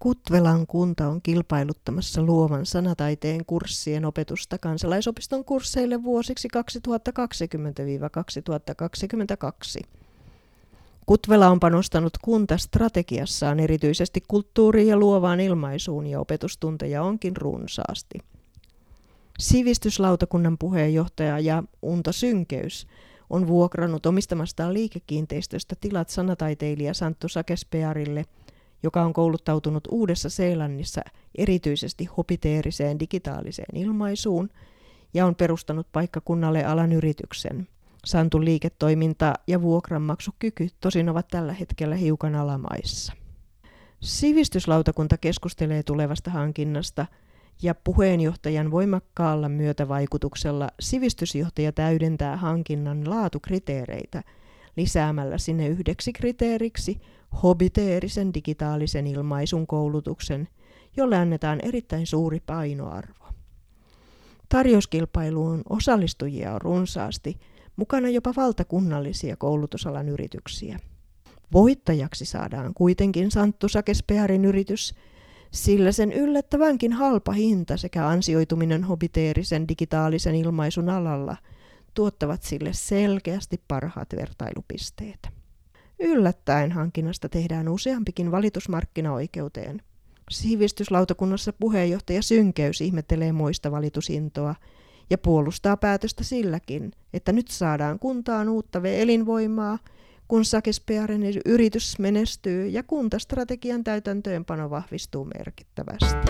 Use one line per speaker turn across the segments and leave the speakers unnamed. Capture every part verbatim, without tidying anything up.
Kutvelan kunta on kilpailuttamassa luovan sanataiteen kurssien opetusta kansalaisopiston kursseille vuosiksi kaksituhattakaksikymmentä kaksituhattakaksikymmentäkaksi. Kutvela on panostanut kuntastrategiassaan erityisesti kulttuuriin ja luovaan ilmaisuun ja opetustunteja onkin runsaasti. Sivistyslautakunnan puheenjohtaja ja Unto Synkeys on vuokrannut omistamastaan liikekiinteistöstä tilat sanataiteilija Santtu Sakespearille, joka on kouluttautunut Uudessa-Seelannissa erityisesti hobiteeriseen digitaaliseen ilmaisuun ja on perustanut paikkakunnalle alan yrityksen. Santun liiketoiminta ja vuokranmaksukyky tosin ovat tällä hetkellä hiukan alamaissa. Sivistyslautakunta keskustelee tulevasta hankinnasta ja puheenjohtajan voimakkaalla myötävaikutuksella sivistysjohtaja täydentää hankinnan laatukriteereitä lisäämällä sinne yhdeksi kriteeriksi hobiteerisen digitaalisen ilmaisun koulutuksen, jolle annetaan erittäin suuri painoarvo. Tarjouskilpailuun osallistujia on runsaasti, mukana jopa valtakunnallisia koulutusalan yrityksiä. Voittajaksi saadaan kuitenkin Santtu Sakespearin yritys, sillä sen yllättävänkin halpa hinta sekä ansioituminen hobiteerisen digitaalisen ilmaisun alalla tuottavat sille selkeästi parhaat vertailupisteet. Yllättäen hankinnasta tehdään useampikin valitus markkinaoikeuteen. Sivistyslautakunnassa puheenjohtaja Synkeys ihmettelee moista valitusintoa ja puolustaa päätöstä silläkin, että nyt saadaan kuntaan uutta elinvoimaa, kun Sakespearin yritys menestyy ja kuntastrategian täytäntöönpano vahvistuu merkittävästi.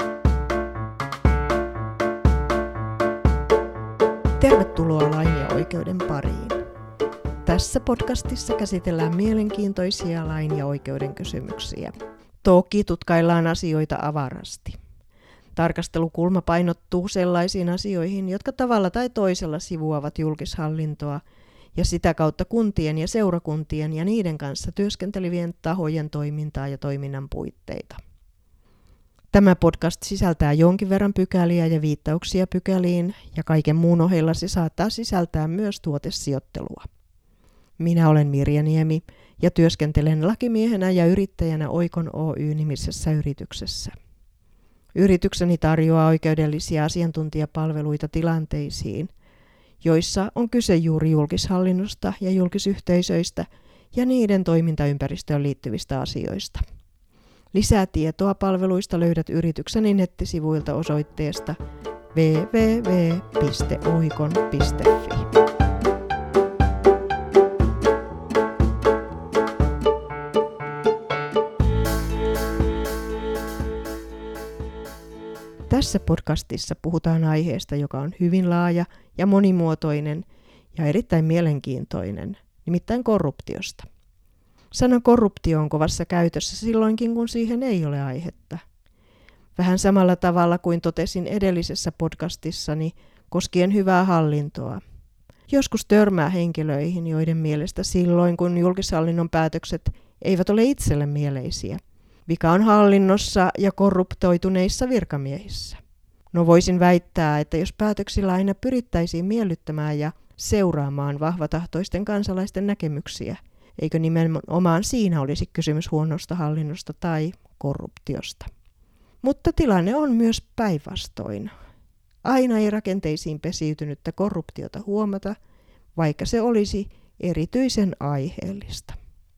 Tervetuloa Lain ja oikeuden pariin. Tässä podcastissa käsitellään mielenkiintoisia lain ja oikeuden kysymyksiä. Toki tutkaillaan asioita avarasti. Tarkastelukulma painottuu sellaisiin asioihin, jotka tavalla tai toisella sivuavat julkishallintoa ja sitä kautta kuntien ja seurakuntien ja niiden kanssa työskentelevien tahojen toimintaa ja toiminnan puitteita. Tämä podcast sisältää jonkin verran pykäliä ja viittauksia pykäliin ja kaiken muun ohella se saattaa sisältää myös tuotesijoittelua. Minä olen Mirja Niemi ja työskentelen lakimiehenä ja yrittäjänä Oikon Oy-nimisessä yrityksessä. Yritykseni tarjoaa oikeudellisia asiantuntijapalveluita tilanteisiin, joissa on kyse juuri julkishallinnosta ja julkisyhteisöistä ja niiden toimintaympäristöön liittyvistä asioista. Lisää tietoa palveluista löydät yritykseni nettisivuilta osoitteesta double-u double-u double-u piste oikon piste fi. Tässä podcastissa puhutaan aiheesta, joka on hyvin laaja ja monimuotoinen ja erittäin mielenkiintoinen, nimittäin korruptiosta. Sana korruptio on kovassa käytössä silloinkin, kun siihen ei ole aihetta. Vähän samalla tavalla kuin totesin edellisessä podcastissani koskien hyvää hallintoa. Joskus törmää henkilöihin, joiden mielestä silloin, kun julkishallinnon päätökset eivät ole itselle mieleisiä, vika on hallinnossa ja korruptoituneissa virkamiehissä. No voisin väittää, että jos päätöksillä aina pyrittäisiin miellyttämään ja seuraamaan vahvatahtoisten kansalaisten näkemyksiä, eikö nimenomaan siinä olisi kysymys huonosta hallinnosta tai korruptiosta. Mutta tilanne on myös päinvastoin. Aina ei rakenteisiin pesiytynyttä korruptiota huomata, vaikka se olisi erityisen aiheellista.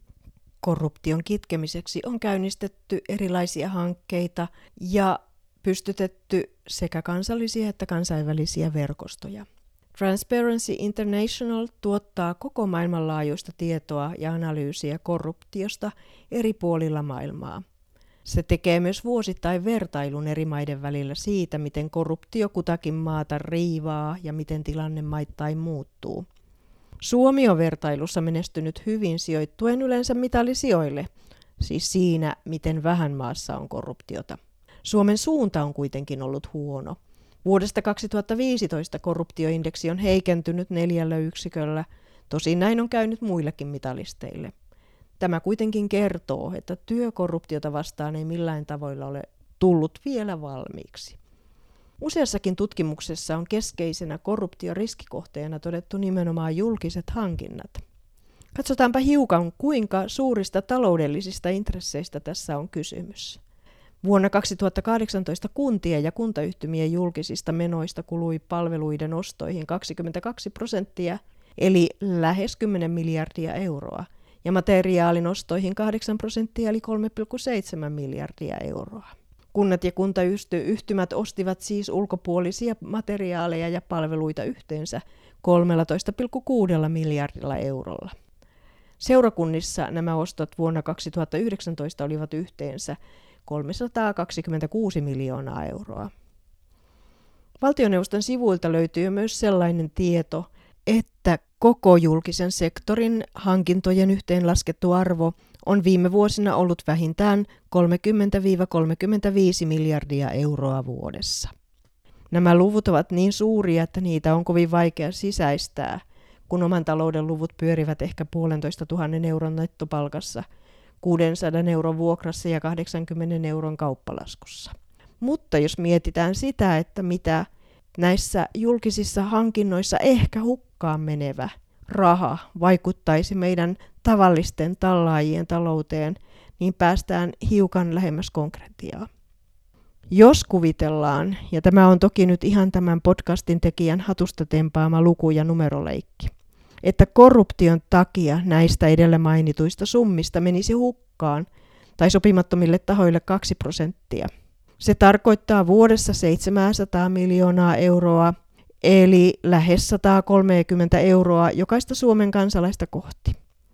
Korruption kitkemiseksi on käynnistetty erilaisia hankkeita ja pystytetty sekä kansallisia että kansainvälisiä verkostoja. Transparency International tuottaa koko maailmanlaajuista tietoa ja analyysiä korruptiosta eri puolilla maailmaa. Se tekee myös vuosittain vertailun eri maiden välillä siitä, miten korruptio kutakin maata riivaa ja miten tilanne maittain muuttuu. Suomi on vertailussa menestynyt hyvin sijoittuen yleensä mitalisijoille, siis siinä, miten vähän maassa on korruptiota. Suomen suunta on kuitenkin ollut huono. Vuodesta kaksituhattaviisitoista korruptioindeksi on heikentynyt neljällä yksiköllä, tosin näin on käynyt muillekin mitalisteille. Tämä kuitenkin kertoo, että työ korruptiota vastaan ei millään tavoilla ole tullut vielä valmiiksi. Useassakin tutkimuksessa on keskeisenä korruptioriskikohteena todettu nimenomaan julkiset hankinnat. Katsotaanpa hiukan, kuinka suurista taloudellisista intresseistä tässä on kysymys. Vuonna kaksituhattakahdeksantoista kuntien ja kuntayhtymien julkisista menoista kului palveluiden ostoihin kaksikymmentäkaksi prosenttia, eli lähes kymmenen miljardia euroa, ja materiaalin ostoihin kahdeksan prosenttia, eli kolme pilkku seitsemän miljardia euroa. Kunnat ja kuntayhtymät ostivat siis ulkopuolisia materiaaleja ja palveluita yhteensä kolmetoista pilkku kuusi miljardilla eurolla. Seurakunnissa nämä ostot vuonna kaksituhattayhdeksäntoista olivat yhteensä kolmesataakaksikymmentäkuusi miljoonaa euroa. Valtioneuvoston sivuilta löytyy myös sellainen tieto, että koko julkisen sektorin hankintojen yhteenlaskettu arvo on viime vuosina ollut vähintään kolmekymmentä kolmekymmentäviisi miljardia euroa vuodessa. Nämä luvut ovat niin suuria, että niitä on kovin vaikea sisäistää, kun oman talouden luvut pyörivät ehkä puolentoista tuhannen euron nettopalkassa, kuudensadan euron vuokrassa ja kahdeksankymmenen euron kauppalaskussa. Mutta jos mietitään sitä, että mitä näissä julkisissa hankinnoissa ehkä hukkaan menevä raha vaikuttaisi meidän tavallisten tallaajien talouteen, niin päästään hiukan lähemmäs konkretiaa. Jos kuvitellaan, ja tämä on toki nyt ihan tämän podcastin tekijän hatusta tempaama luku- ja numeroleikki, että korruption takia näistä edellä mainituista summista menisi hukkaan tai sopimattomille tahoille kaksi prosenttia. Se tarkoittaa vuodessa seitsemänsataa miljoonaa euroa, eli lähes sata kolmekymmentä euroa jokaista Suomen kansalaista kohti.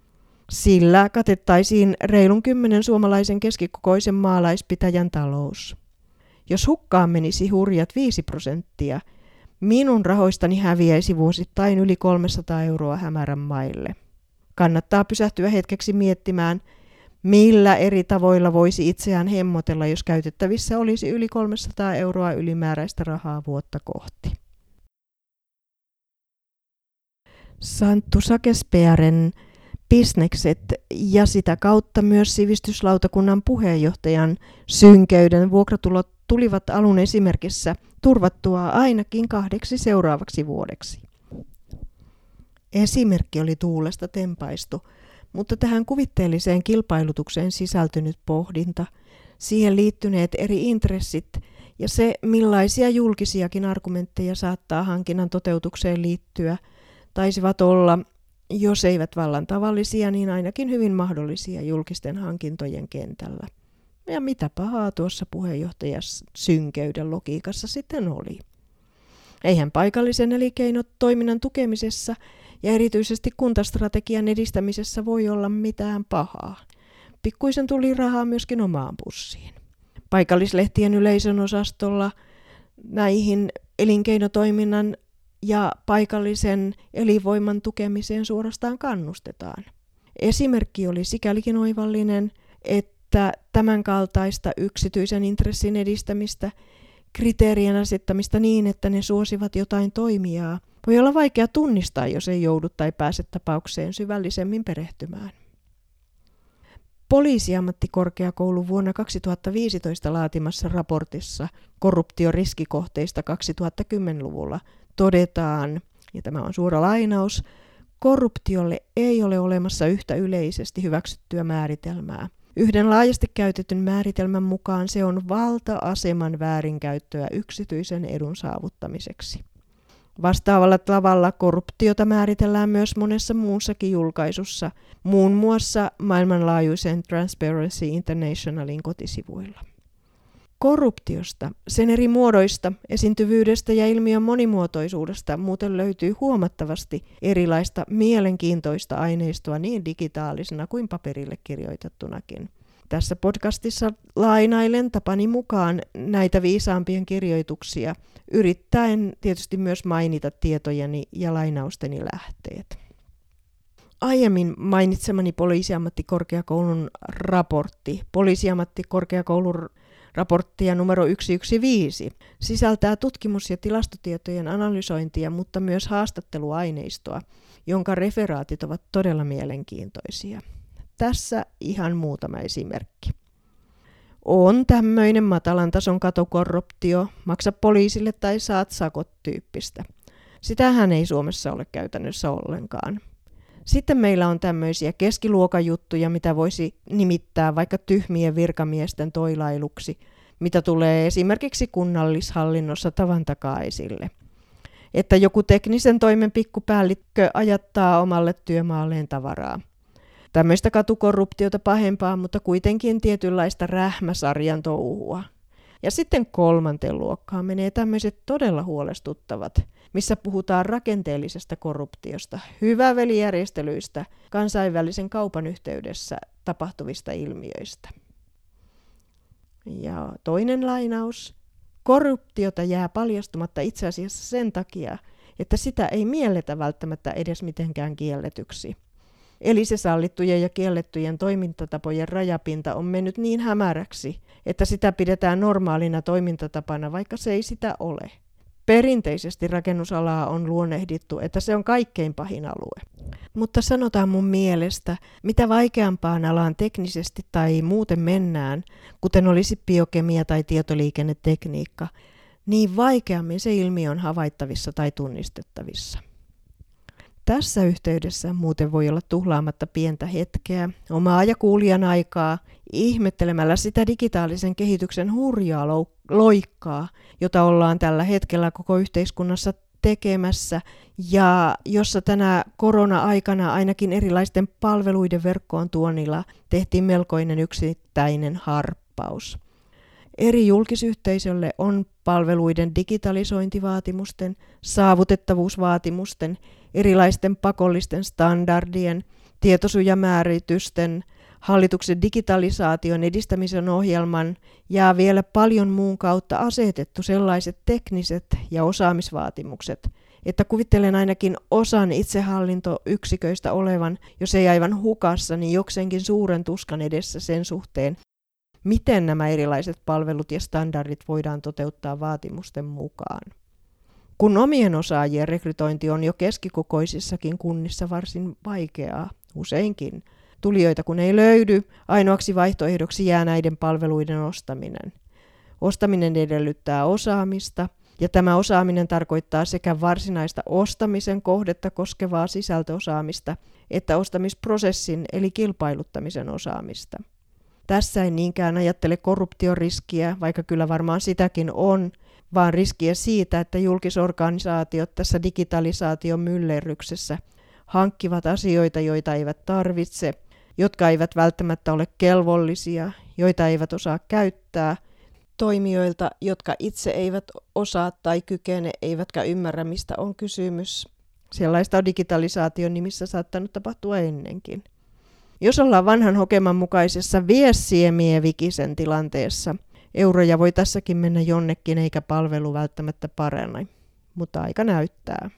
Sillä katettaisiin reilun kymmenen suomalaisen keskikokoisen maalaispitäjän talous. Jos hukkaan menisi hurjat viisi prosenttia, minun rahoistani häviäisi vuosittain yli kolmesataa euroa hämärän maille. Kannattaa pysähtyä hetkeksi miettimään, millä eri tavoilla voisi itseään hemmotella, jos käytettävissä olisi yli kolmesataa euroa ylimääräistä rahaa vuotta kohti. Santtu Sakespearen bisnekset ja sitä kautta myös sivistyslautakunnan puheenjohtajan synkeyden vuokratulot tulivat alun esimerkissä turvattua ainakin kahdeksi seuraavaksi vuodeksi. Esimerkki oli tuulesta tempaistu, mutta tähän kuvitteelliseen kilpailutukseen sisältynyt pohdinta, siihen liittyneet eri intressit ja se, millaisia julkisiakin argumentteja saattaa hankinnan toteutukseen liittyä, taisivat olla, jos eivät vallan tavallisia, niin ainakin hyvin mahdollisia julkisten hankintojen kentällä. Ja mitä pahaa tuossa puheenjohtajas synkeyden logiikassa sitten oli. Eihän paikallisen elinkeinotoiminnan tukemisessa ja erityisesti kuntastrategian edistämisessä voi olla mitään pahaa. Pikkuisen tuli rahaa myöskin omaan pussiin. Paikallislehtien yleisön osastolla näihin elinkeinotoiminnan ja paikallisen elinvoiman tukemiseen suorastaan kannustetaan. Esimerkki oli sikälikin oivallinen, että tämän kaltaista yksityisen intressin edistämistä, kriteerien asettamista niin, että ne suosivat jotain toimijaa, voi olla vaikea tunnistaa, jos ei joudu tai pääse tapaukseen syvällisemmin perehtymään. Poliisiammattikorkeakoulu vuonna kaksituhattaviisitoista laatimassa raportissa korruptioriskikohteista kaksituhattakymmenluvulla todetaan, ja tämä on suora lainaus, korruptiolle ei ole olemassa yhtä yleisesti hyväksyttyä määritelmää. Yhden laajasti käytetyn määritelmän mukaan se on valta-aseman väärinkäyttöä yksityisen edun saavuttamiseksi. Vastaavalla tavalla korruptiota määritellään myös monessa muussakin julkaisussa, muun muassa maailmanlaajuisen Transparency Internationalin kotisivuilla. Korruptiosta, sen eri muodoista, esiintyvyydestä ja ilmiön monimuotoisuudesta muuten löytyy huomattavasti erilaista mielenkiintoista aineistoa niin digitaalisena kuin paperille kirjoitettunakin. Tässä podcastissa lainailen tapani mukaan näitä viisaampien kirjoituksia, yrittäen tietysti myös mainita tietojeni ja lainausteni lähteet. Aiemmin mainitsemani poliisiammattikorkeakoulun raportti, poliisiammattikorkeakoulun raporttia numero yksi yksi viisi, sisältää tutkimus- ja tilastotietojen analysointia, mutta myös haastatteluaineistoa, jonka referaatit ovat todella mielenkiintoisia. Tässä ihan muutama esimerkki. On tämmöinen matalan tason katokorruptio, maksa poliisille tai saat sakot tyyppistä. Sitähän ei Suomessa ole käytännössä ollenkaan. Sitten meillä on tämmöisiä keskiluokan juttuja, mitä voisi nimittää vaikka tyhmien virkamiesten toilailuksi, mitä tulee esimerkiksi kunnallishallinnossa tavan takaa esille. Että joku teknisen toimen pikkupäällikkö ajattaa omalle työmaalleen tavaraa. Tämmöistä katukorruptiota pahempaa, mutta kuitenkin tietynlaista rähmäsarjan touhua. Ja sitten kolmanteen luokkaan menee tämmöiset todella huolestuttavat, missä puhutaan rakenteellisesta korruptiosta, hyvävelijärjestelyistä, kansainvälisen kaupan yhteydessä tapahtuvista ilmiöistä. Ja toinen lainaus. Korruptiota jää paljastumatta itse asiassa sen takia, että sitä ei mielletä välttämättä edes mitenkään kielletyksi. Eli se sallittujen ja kiellettyjen toimintatapojen rajapinta on mennyt niin hämäräksi, että sitä pidetään normaalina toimintatapana, vaikka se ei sitä ole. Perinteisesti rakennusalaa on luonnehdittu, että se on kaikkein pahin alue. Mutta sanotaan mun mielestä, mitä vaikeampaan alaan teknisesti tai muuten mennään, kuten olisi biokemia tai tietoliikennetekniikka, niin vaikeammin se ilmiö on havaittavissa tai tunnistettavissa. Tässä yhteydessä muuten voi olla tuhlaamatta pientä hetkeä, omaa ja kuulijan aikaa, ihmettelemällä sitä digitaalisen kehityksen hurjaa loikkaa, jota ollaan tällä hetkellä koko yhteiskunnassa tekemässä ja jossa tänä korona-aikana ainakin erilaisten palveluiden verkkoon tuonnilla tehtiin melkoinen yksittäinen harppaus. Eri julkisyhteisölle on palveluiden digitalisointivaatimusten, saavutettavuusvaatimusten, erilaisten pakollisten standardien, tietosuojamääritysten, hallituksen digitalisaation edistämisen ohjelman ja vielä paljon muun kautta asetettu sellaiset tekniset ja osaamisvaatimukset, että kuvittelen ainakin osan itsehallintoyksiköistä olevan, jos ei aivan hukassa, niin jokseenkin suuren tuskan edessä sen suhteen, miten nämä erilaiset palvelut ja standardit voidaan toteuttaa vaatimusten mukaan. Kun omien osaajien rekrytointi on jo keskikokoisissakin kunnissa varsin vaikeaa, useinkin, tulijoita kun ei löydy, ainoaksi vaihtoehdoksi jää näiden palveluiden ostaminen. Ostaminen edellyttää osaamista, ja tämä osaaminen tarkoittaa sekä varsinaista ostamisen kohdetta koskevaa sisältöosaamista, että ostamisprosessin eli kilpailuttamisen osaamista. Tässä ei niinkään ajattele korruptioriskiä, vaikka kyllä varmaan sitäkin on, vaan riskiä siitä, että julkisorganisaatiot tässä digitalisaation myllerryksessä hankkivat asioita, joita eivät tarvitse, jotka eivät välttämättä ole kelvollisia, joita eivät osaa käyttää, toimijoilta, jotka itse eivät osaa tai kykene, eivätkä ymmärrä, mistä on kysymys. Sellaista on digitalisaation nimissä saattanut tapahtua ennenkin. Jos ollaan vanhan hokeman mukaisessa viessiemievikisen tilanteessa, euroja voi tässäkin mennä jonnekin eikä palvelu välttämättä parane, mutta aika näyttää.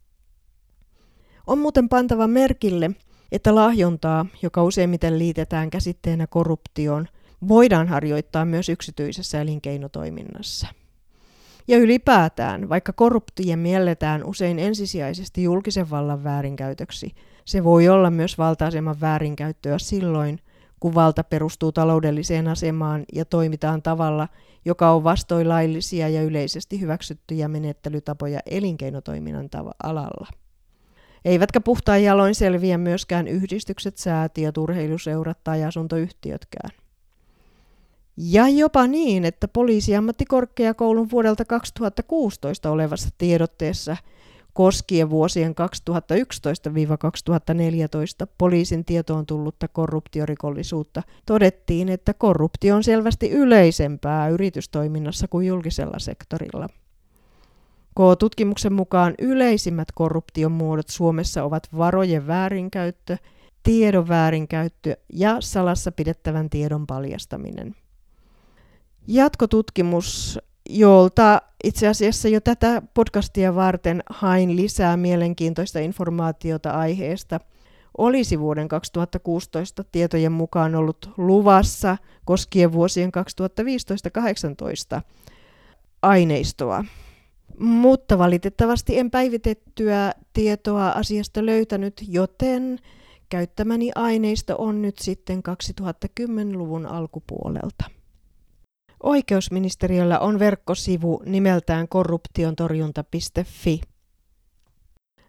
On muuten pantava merkille, että lahjontaa, joka useimmiten liitetään käsitteenä korruptioon, voidaan harjoittaa myös yksityisessä elinkeinotoiminnassa. Ja ylipäätään, vaikka korruptio mielletään usein ensisijaisesti julkisen vallan väärinkäytöksi, se voi olla myös valta-aseman väärinkäyttöä silloin, kun valta perustuu taloudelliseen asemaan ja toimitaan tavalla, joka on vastoin laillisia ja yleisesti hyväksyttyjä menettelytapoja elinkeinotoiminnan tav- alalla. Eivätkä puhtaan jaloin selviä myöskään yhdistykset, säätiöt, urheiluseurat tai asuntoyhtiötkään. Ja jopa niin, että Poliisiammattikorkeakoulun vuodelta kaksituhattakuusitoista olevassa tiedotteessa koskien vuosien kaksituhattayksitoista kaksituhattaneljätoista poliisin tietoon tullutta korruptiorikollisuutta todettiin, että korruptio on selvästi yleisempää yritystoiminnassa kuin julkisella sektorilla. K-tutkimuksen mukaan yleisimmät korruption muodot Suomessa ovat varojen väärinkäyttö, tiedon väärinkäyttö ja salassa pidettävän tiedon paljastaminen. Jatkotutkimus, jolta itse asiassa jo tätä podcastia varten hain lisää mielenkiintoista informaatiota aiheesta, olisi vuoden kaksituhattakuusitoista tietojen mukaan ollut luvassa koskien vuosien kaksituhattaviisitoista kahdeksantoista aineistoa. Mutta valitettavasti en päivitettyä tietoa asiasta löytänyt, joten käyttämäni aineisto on nyt sitten kaksituhattakymmenluvun alkupuolelta. Oikeusministeriöllä on verkkosivu nimeltään korruptiontorjunta piste fi.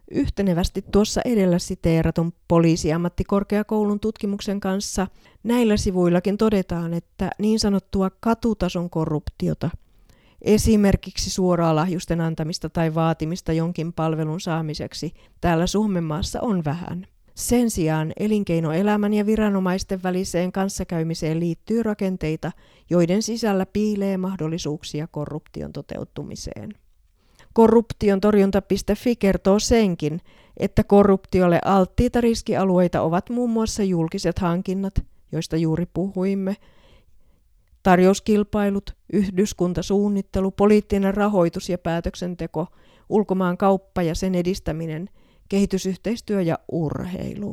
Yhtenevästi tuossa edellä siteeratun poliisiammattikorkeakoulun tutkimuksen kanssa näillä sivuillakin todetaan, että niin sanottua katutason korruptiota, esimerkiksi suoraa lahjusten antamista tai vaatimista jonkin palvelun saamiseksi, täällä Suomenmaassa on vähän. Sen sijaan elinkeinoelämän ja viranomaisten väliseen kanssakäymiseen liittyy rakenteita, joiden sisällä piilee mahdollisuuksia korruption toteutumiseen. Korruption torjunta piste fi kertoo senkin, että korruptiolle alttiita riskialueita ovat muun muassa julkiset hankinnat, joista juuri puhuimme, tarjouskilpailut, yhdyskuntasuunnittelu, poliittinen rahoitus ja päätöksenteko, ulkomaan kauppa ja sen edistäminen, kehitysyhteistyö ja urheilu.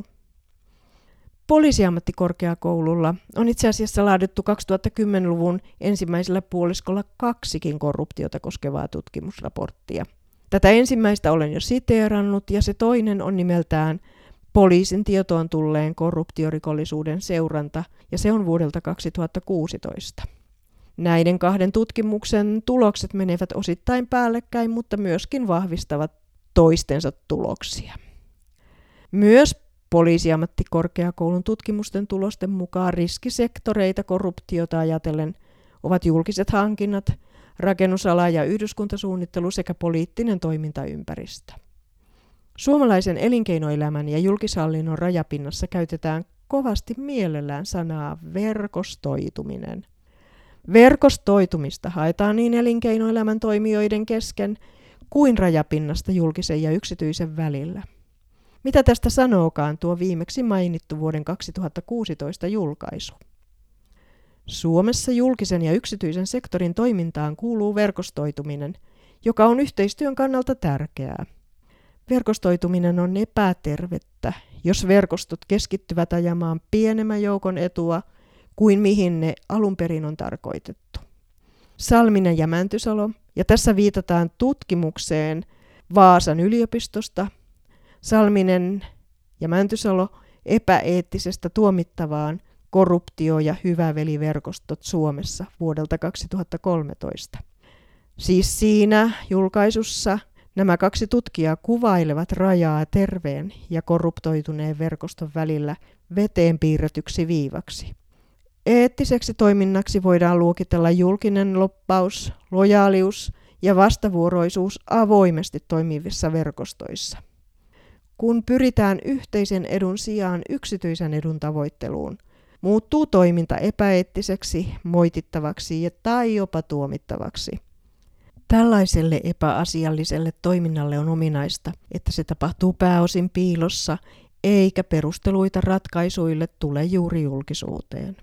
Poliisiammattikorkeakoululla on itse asiassa laadittu kaksituhattakymmenluvun ensimmäisellä puoliskolla kaksikin korruptiota koskevaa tutkimusraporttia. Tätä ensimmäistä olen jo siteerannut ja se toinen on nimeltään Poliisin tietoon tulleen korruptiorikollisuuden seuranta ja se on vuodelta kaksituhattakuusitoista. Näiden kahden tutkimuksen tulokset menevät osittain päällekkäin, mutta myöskin vahvistavat toistensa tuloksia. Myös Poliisiammattikorkeakoulun tutkimusten tulosten mukaan riskisektoreita korruptiota ajatellen ovat julkiset hankinnat, rakennusala ja yhdyskuntasuunnittelu sekä poliittinen toimintaympäristö. Suomalaisen elinkeinoelämän ja julkishallinnon rajapinnassa käytetään kovasti mielellään sanaa verkostoituminen. Verkostoitumista haetaan niin elinkeinoelämän toimijoiden kesken kuin rajapinnasta julkisen ja yksityisen välillä. Mitä tästä sanookaan tuo viimeksi mainittu vuoden kaksituhattakuusitoista julkaisu? Suomessa julkisen ja yksityisen sektorin toimintaan kuuluu verkostoituminen, joka on yhteistyön kannalta tärkeää. Verkostoituminen on epätervettä, jos verkostot keskittyvät ajamaan pienemmän joukon etua kuin mihin ne alun perin on tarkoitettu. Salminen ja Mäntysalo, ja tässä viitataan tutkimukseen Vaasan yliopistosta, Salminen ja Mäntysalo epäeettisestä tuomittavaan korruptio- ja hyväveliverkostot Suomessa vuodelta kaksituhattakolmetoista. Siis siinä julkaisussa nämä kaksi tutkijaa kuvailevat rajaa terveen ja korruptoituneen verkoston välillä veteen piirretyksi viivaksi. Eettiseksi toiminnaksi voidaan luokitella julkinen lobbaus, lojaalius ja vastavuoroisuus avoimesti toimivissa verkostoissa. Kun pyritään yhteisen edun sijaan yksityisen edun tavoitteluun, muuttuu toiminta epäeettiseksi, moitittavaksi tai jopa tuomittavaksi. Tällaiselle epäasialliselle toiminnalle on ominaista, että se tapahtuu pääosin piilossa, eikä perusteluita ratkaisuille tule juuri julkisuuteen.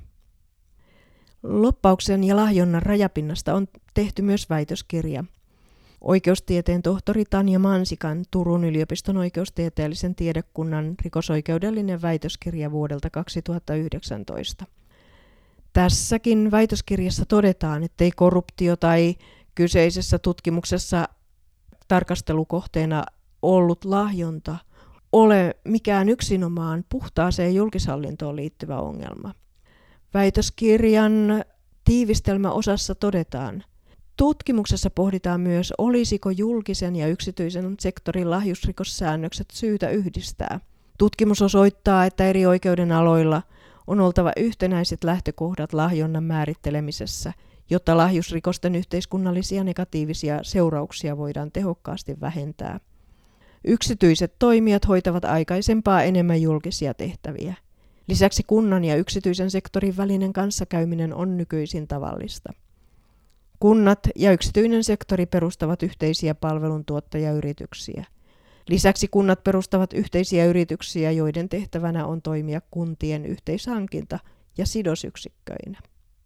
Lobbauksen ja lahjonnan rajapinnasta on tehty myös väitöskirja. Oikeustieteen tohtori Tanja Mansikan Turun yliopiston oikeustieteellisen tiedekunnan rikosoikeudellinen väitöskirja vuodelta kaksituhattayhdeksäntoista. Tässäkin väitöskirjassa todetaan, ettei korruptio tai kyseisessä tutkimuksessa tarkastelukohteena ollut lahjonta ole mikään yksinomaan puhtaaseen julkishallintoon liittyvä ongelma. Väitöskirjan tiivistelmäosassa todetaan, tutkimuksessa pohditaan myös, olisiko julkisen ja yksityisen sektorin lahjusrikossäännökset syytä yhdistää. Tutkimus osoittaa, että eri oikeuden aloilla on oltava yhtenäiset lähtökohdat lahjonnan määrittelemisessä, jotta lahjusrikosten yhteiskunnallisia negatiivisia seurauksia voidaan tehokkaasti vähentää. Yksityiset toimijat hoitavat aikaisempaa enemmän julkisia tehtäviä. Lisäksi kunnan ja yksityisen sektorin välinen kanssakäyminen on nykyisin tavallista. Kunnat ja yksityinen sektori perustavat yhteisiä palveluntuottajayrityksiä. Lisäksi kunnat perustavat yhteisiä yrityksiä, joiden tehtävänä on toimia kuntien yhteishankinta- ja sidosyksikköinä.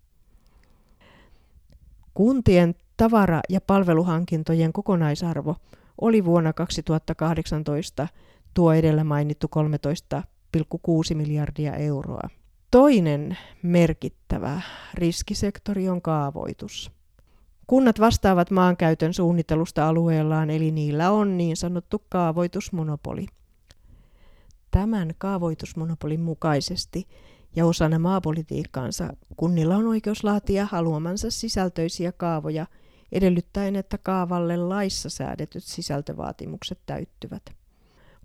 Kuntien tavara- ja palveluhankintojen kokonaisarvo oli vuonna kaksituhattakahdeksantoista tuo edellä mainittu kolmetoista pilkku kuusi miljardia euroa. Toinen merkittävä riskisektori on kaavoitus. Kunnat vastaavat maankäytön suunnittelusta alueellaan, eli niillä on niin sanottu kaavoitusmonopoli. Tämän kaavoitusmonopolin mukaisesti ja osana maapolitiikkaansa kunnilla on oikeus laatia haluamansa sisältöisiä kaavoja edellyttäen, että kaavalle laissa säädetyt sisältövaatimukset täyttyvät.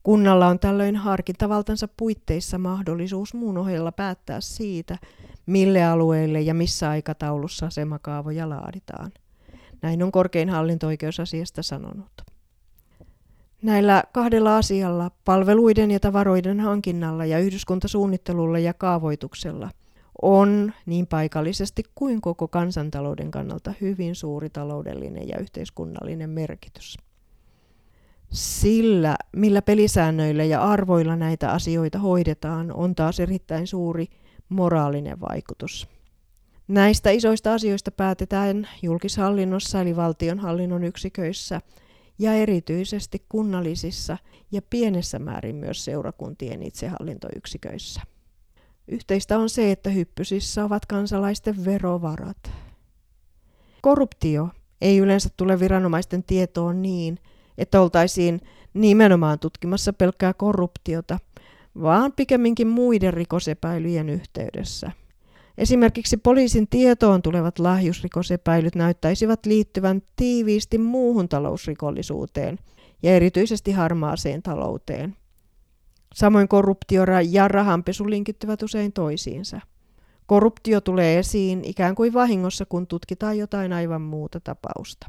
Kunnalla on tällöin harkintavaltansa puitteissa mahdollisuus muun ohella päättää siitä, mille alueelle ja missä aikataulussa asemakaavoja laaditaan. Näin on korkein hallinto-oikeus asiasta sanonut. Näillä kahdella asialla, palveluiden ja tavaroiden hankinnalla ja yhdyskuntasuunnittelulla ja kaavoituksella, on niin paikallisesti kuin koko kansantalouden kannalta hyvin suuri taloudellinen ja yhteiskunnallinen merkitys. Sillä, millä pelisäännöillä ja arvoilla näitä asioita hoidetaan, on taas erittäin suuri moraalinen vaikutus. Näistä isoista asioista päätetään julkishallinnossa eli valtionhallinnon yksiköissä ja erityisesti kunnallisissa ja pienessä määrin myös seurakuntien itsehallintoyksiköissä. Yhteistä on se, että hyppysissä ovat kansalaisten verovarat. Korruptio ei yleensä tule viranomaisten tietoon niin, että oltaisiin nimenomaan tutkimassa pelkkää korruptiota, vaan pikemminkin muiden rikosepäilyjen yhteydessä. Esimerkiksi poliisin tietoon tulevat lahjusrikosepäilyt näyttäisivät liittyvän tiiviisti muuhun talousrikollisuuteen ja erityisesti harmaaseen talouteen. Samoin korruptio ja rahanpesu linkittyvät usein toisiinsa. Korruptio tulee esiin ikään kuin vahingossa, kun tutkitaan jotain aivan muuta tapausta.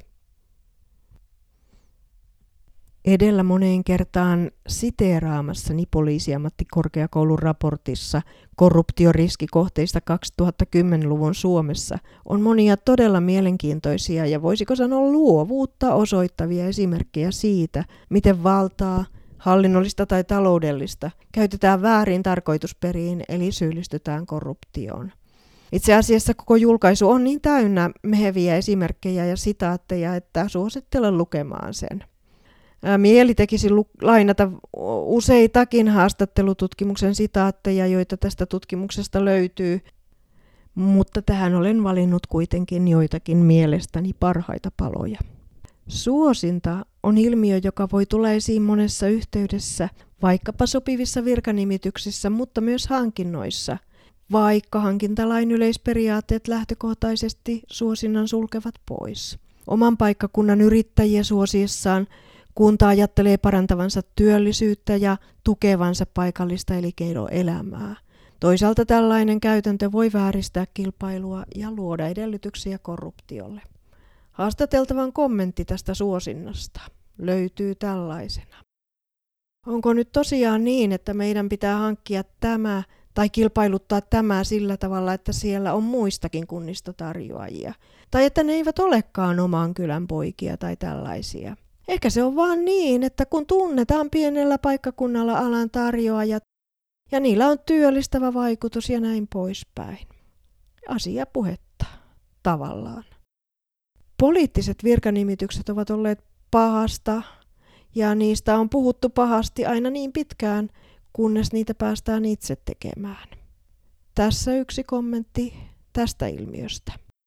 Edellä moneen kertaan siteeraamassani poliisiammattikorkeakoulun raportissa korruptioriskikohteista kaksituhattakymmenluvun Suomessa on monia todella mielenkiintoisia ja voisiko sanoa luovuutta osoittavia esimerkkejä siitä, miten valtaa, hallinnollista tai taloudellista, käytetään väärin tarkoitusperiin eli syyllistytään korruptioon. Itse asiassa koko julkaisu on niin täynnä meheviä esimerkkejä ja sitaatteja, että suosittelen lukemaan sen. Mieli tekisi lainata useitakin haastattelututkimuksen sitaatteja, joita tästä tutkimuksesta löytyy, mutta tähän olen valinnut kuitenkin joitakin mielestäni parhaita paloja. Suosinta on ilmiö, joka voi tulla esiin monessa yhteydessä, vaikkapa sopivissa virkanimityksissä, mutta myös hankinnoissa, vaikka hankintalain yleisperiaatteet lähtökohtaisesti suosinnan sulkevat pois. Oman paikkakunnan yrittäjiä suosiessaan kunta ajattelee parantavansa työllisyyttä ja tukevansa paikallista elinkeinoelämää. Toisaalta tällainen käytäntö voi vääristää kilpailua ja luoda edellytyksiä korruptiolle. Haastateltavan kommentti tästä suosinnasta löytyy tällaisena. Onko nyt tosiaan niin, että meidän pitää hankkia tämä tai kilpailuttaa tämä sillä tavalla, että siellä on muistakin kunnista tarjoajia? Tai että ne eivät olekaan oman kylän poikia tai tällaisia? Ehkä se on vaan niin, että kun tunnetaan pienellä paikkakunnalla alan tarjoajat ja niillä on työllistävä vaikutus ja näin poispäin. Asia puhetta, tavallaan. Poliittiset virkanimitykset ovat olleet pahasta ja niistä on puhuttu pahasti aina niin pitkään, kunnes niitä päästään itse tekemään. Tässä yksi kommentti tästä ilmiöstä.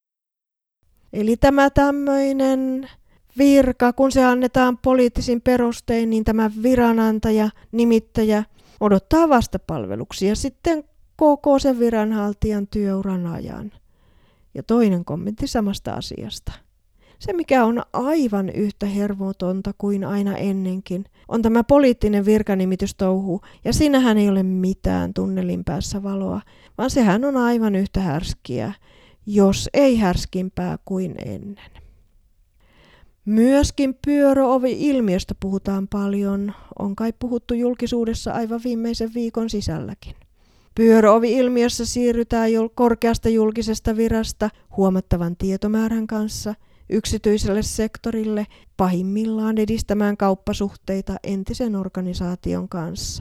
Eli tämä tämmöinen virka, kun se annetaan poliittisin perustein, niin tämä viranantaja, nimittäjä odottaa vastapalveluksia sitten koko sen viranhaltijan työuran ajan. Ja toinen kommentti samasta asiasta. Se, mikä on aivan yhtä hermotonta kuin aina ennenkin, on tämä poliittinen virkanimitystouhu, ja siinähän ei ole mitään tunnelin päässä valoa, vaan sehän on aivan yhtä härskiä, jos ei härskimpää kuin ennen. Myöskin pyöröovi-ilmiöstä puhutaan paljon, on kai puhuttu julkisuudessa aivan viimeisen viikon sisälläkin. Pyöröovi-ilmiössä siirrytään korkeasta julkisesta virasta huomattavan tietomäärän kanssa yksityiselle sektorille pahimmillaan edistämään kauppasuhteita entisen organisaation kanssa.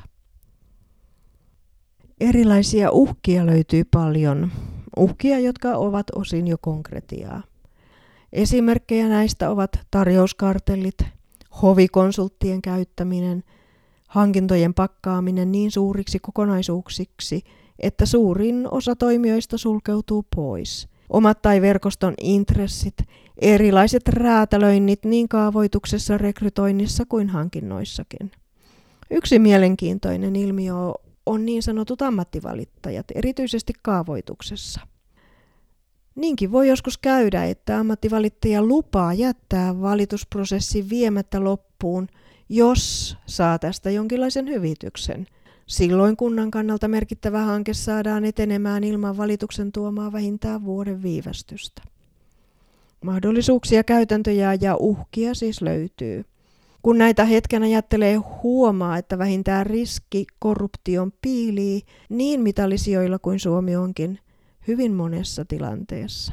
Erilaisia uhkia löytyy paljon, uhkia, jotka ovat osin jo konkretiaa. Esimerkkejä näistä ovat tarjouskartellit, hovikonsulttien käyttäminen, hankintojen pakkaaminen niin suuriksi kokonaisuuksiksi, että suurin osa toimijoista sulkeutuu pois. Omat tai verkoston intressit, erilaiset räätälöinnit niin kaavoituksessa, rekrytoinnissa kuin hankinnoissakin. Yksi mielenkiintoinen ilmiö on niin sanotut ammattivalittajat, erityisesti kaavoituksessa. Niinkin voi joskus käydä, että ammattivalittaja lupaa jättää valitusprosessin viemättä loppuun, jos saa tästä jonkinlaisen hyvityksen. Silloin kunnan kannalta merkittävä hanke saadaan etenemään ilman valituksen tuomaa vähintään vuoden viivästystä. Mahdollisuuksia, käytäntöjä ja uhkia siis löytyy. Kun näitä hetken ajattelee, huomaa, että vähintään riski korruption piilii niin mitallisijoilla kuin Suomi onkin hyvin monessa tilanteessa.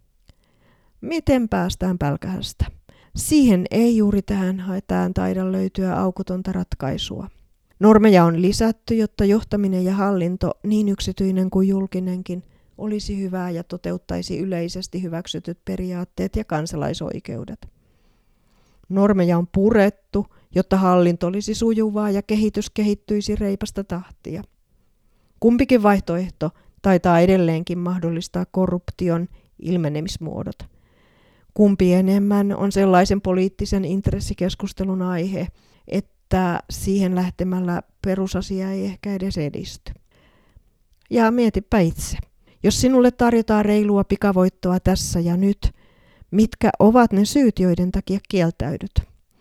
Miten päästään pälkähästä? Siihen ei juuri tähän haetaan taida löytyä aukotonta ratkaisua. Normeja on lisätty, jotta johtaminen ja hallinto, niin yksityinen kuin julkinenkin, olisi hyvää ja toteuttaisi yleisesti hyväksytyt periaatteet ja kansalaisoikeudet. Normeja on purettu, jotta hallinto olisi sujuvaa ja kehitys kehittyisi reipasta tahtia. Kumpikin vaihtoehto taitaa edelleenkin mahdollistaa korruption ilmenemismuodot. Kumpi enemmän on sellaisen poliittisen intressikeskustelun aihe, että siihen lähtemällä perusasia ei ehkä edes edisty. Ja mietipä itse, jos sinulle tarjotaan reilua pikavoittoa tässä ja nyt, mitkä ovat ne syyt, joiden takia kieltäydyt?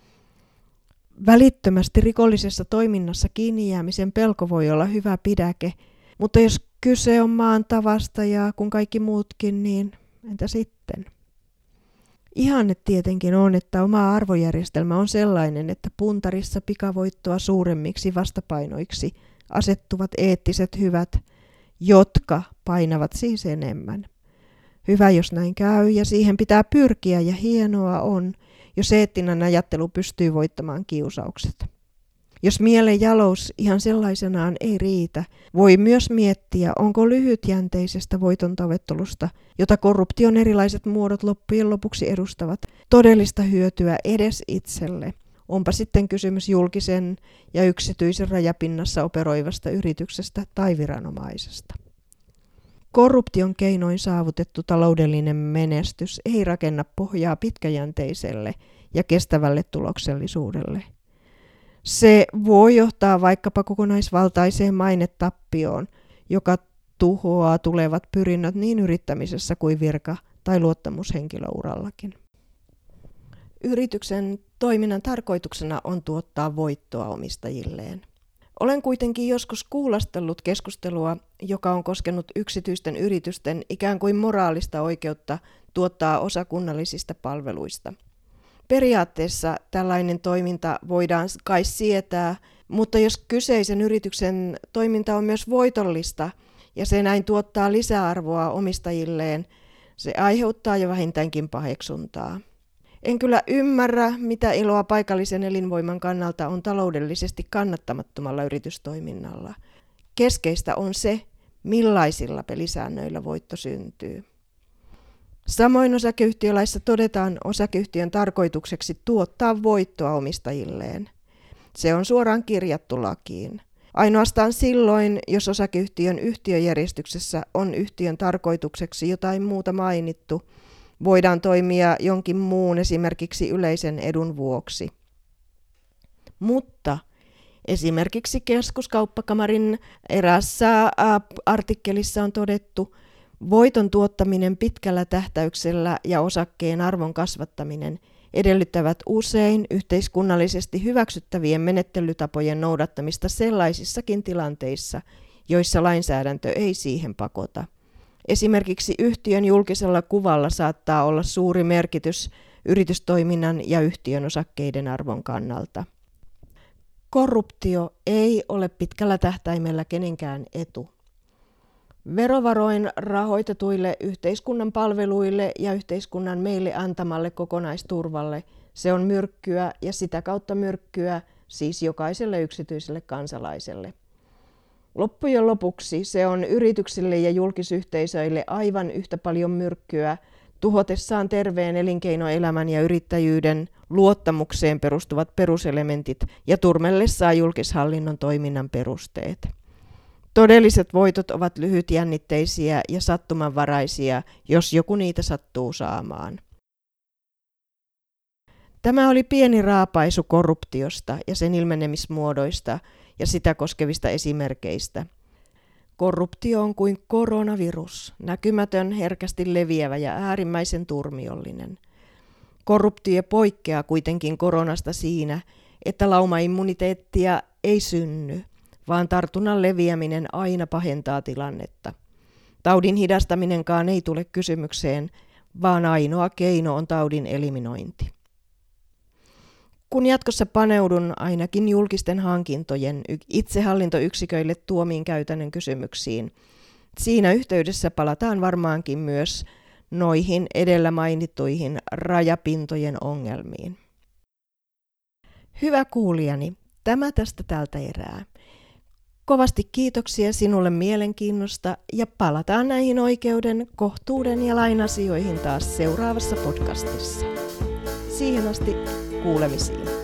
Välittömästi rikollisessa toiminnassa kiinni jäämisen pelko voi olla hyvä pidäke, mutta jos kyse on maan tavasta ja kun kaikki muutkin, niin entä sitten? Ihanne tietenkin on, että oma arvojärjestelmä on sellainen, että puntarissa pikavoittoa suuremmiksi vastapainoiksi asettuvat eettiset hyvät, jotka painavat siis enemmän. Hyvä, jos näin käy, ja siihen pitää pyrkiä, ja hienoa on, jos eettinen ajattelu pystyy voittamaan kiusaukset. Jos mielen jalous ihan sellaisenaan ei riitä, voi myös miettiä, onko lyhytjänteisestä voiton tavoittelusta, jota korruption erilaiset muodot loppujen lopuksi edustavat, todellista hyötyä edes itselle. Onpa sitten kysymys julkisen ja yksityisen rajapinnassa operoivasta yrityksestä tai viranomaisesta. Korruption keinoin saavutettu taloudellinen menestys ei rakenna pohjaa pitkäjänteiselle ja kestävälle tuloksellisuudelle. Se voi johtaa vaikkapa kokonaisvaltaiseen mainetappioon, joka tuhoaa tulevat pyrinnöt niin yrittämisessä kuin virka- tai luottamushenkilöurallakin. Yrityksen toiminnan tarkoituksena on tuottaa voittoa omistajilleen. Olen kuitenkin joskus kuulostellut keskustelua, joka on koskenut yksityisten yritysten ikään kuin moraalista oikeutta tuottaa osa kunnallisista palveluista. Periaatteessa tällainen toiminta voidaan kai sietää, mutta jos kyseisen yrityksen toiminta on myös voitollista ja se näin tuottaa lisäarvoa omistajilleen, se aiheuttaa jo vähintäänkin paheksuntaa. En kyllä ymmärrä, mitä iloa paikallisen elinvoiman kannalta on taloudellisesti kannattamattomalla yritystoiminnalla. Keskeistä on se, millaisilla pelisäännöillä voitto syntyy. Samoin osakeyhtiölaissa todetaan osakeyhtiön tarkoitukseksi tuottaa voittoa omistajilleen. Se on suoraan kirjattu lakiin. Ainoastaan silloin, jos osakeyhtiön yhtiöjärjestyksessä on yhtiön tarkoitukseksi jotain muuta mainittu, voidaan toimia jonkin muun, esimerkiksi yleisen edun vuoksi. Mutta esimerkiksi Keskuskauppakamarin eräässä artikkelissa on todettu, voiton tuottaminen pitkällä tähtäyksellä ja osakkeen arvon kasvattaminen edellyttävät usein yhteiskunnallisesti hyväksyttävien menettelytapojen noudattamista sellaisissakin tilanteissa, joissa lainsäädäntö ei siihen pakota. Esimerkiksi yhtiön julkisella kuvalla saattaa olla suuri merkitys yritystoiminnan ja yhtiön osakkeiden arvon kannalta. Korruptio ei ole pitkällä tähtäimellä kenenkään etu. Verovaroin rahoitetuille yhteiskunnan palveluille ja yhteiskunnan meille antamalle kokonaisturvalle se on myrkkyä ja sitä kautta myrkkyä siis jokaiselle yksityiselle kansalaiselle. Loppujen lopuksi se on yrityksille ja julkisyhteisöille aivan yhtä paljon myrkkyä tuhotessaan terveen elinkeinoelämän ja yrittäjyyden luottamukseen perustuvat peruselementit ja turmellessaan julkishallinnon toiminnan perusteet. Todelliset voitot ovat lyhytjännitteisiä ja sattumanvaraisia, jos joku niitä sattuu saamaan. Tämä oli pieni raapaisu korruptiosta ja sen ilmenemismuodoista ja sitä koskevista esimerkeistä. Korruptio on kuin koronavirus, näkymätön, herkästi leviävä ja äärimmäisen turmiollinen. Korruptio poikkeaa kuitenkin koronasta siinä, että laumaimmuniteettia ei synny, vaan tartunnan leviäminen aina pahentaa tilannetta. Taudin hidastaminenkaan ei tule kysymykseen, vaan ainoa keino on taudin eliminointi. Kun jatkossa paneudun ainakin julkisten hankintojen itsehallintoyksiköille tuomiin käytännön kysymyksiin, siinä yhteydessä palataan varmaankin myös noihin edellä mainittuihin rajapintojen ongelmiin. Hyvä kuulijani, tämä tästä tältä erää. Kovasti kiitoksia sinulle mielenkiinnosta ja palataan näihin oikeuden, kohtuuden ja lain asioihin taas seuraavassa podcastissa. Siihen asti kuulemisiin.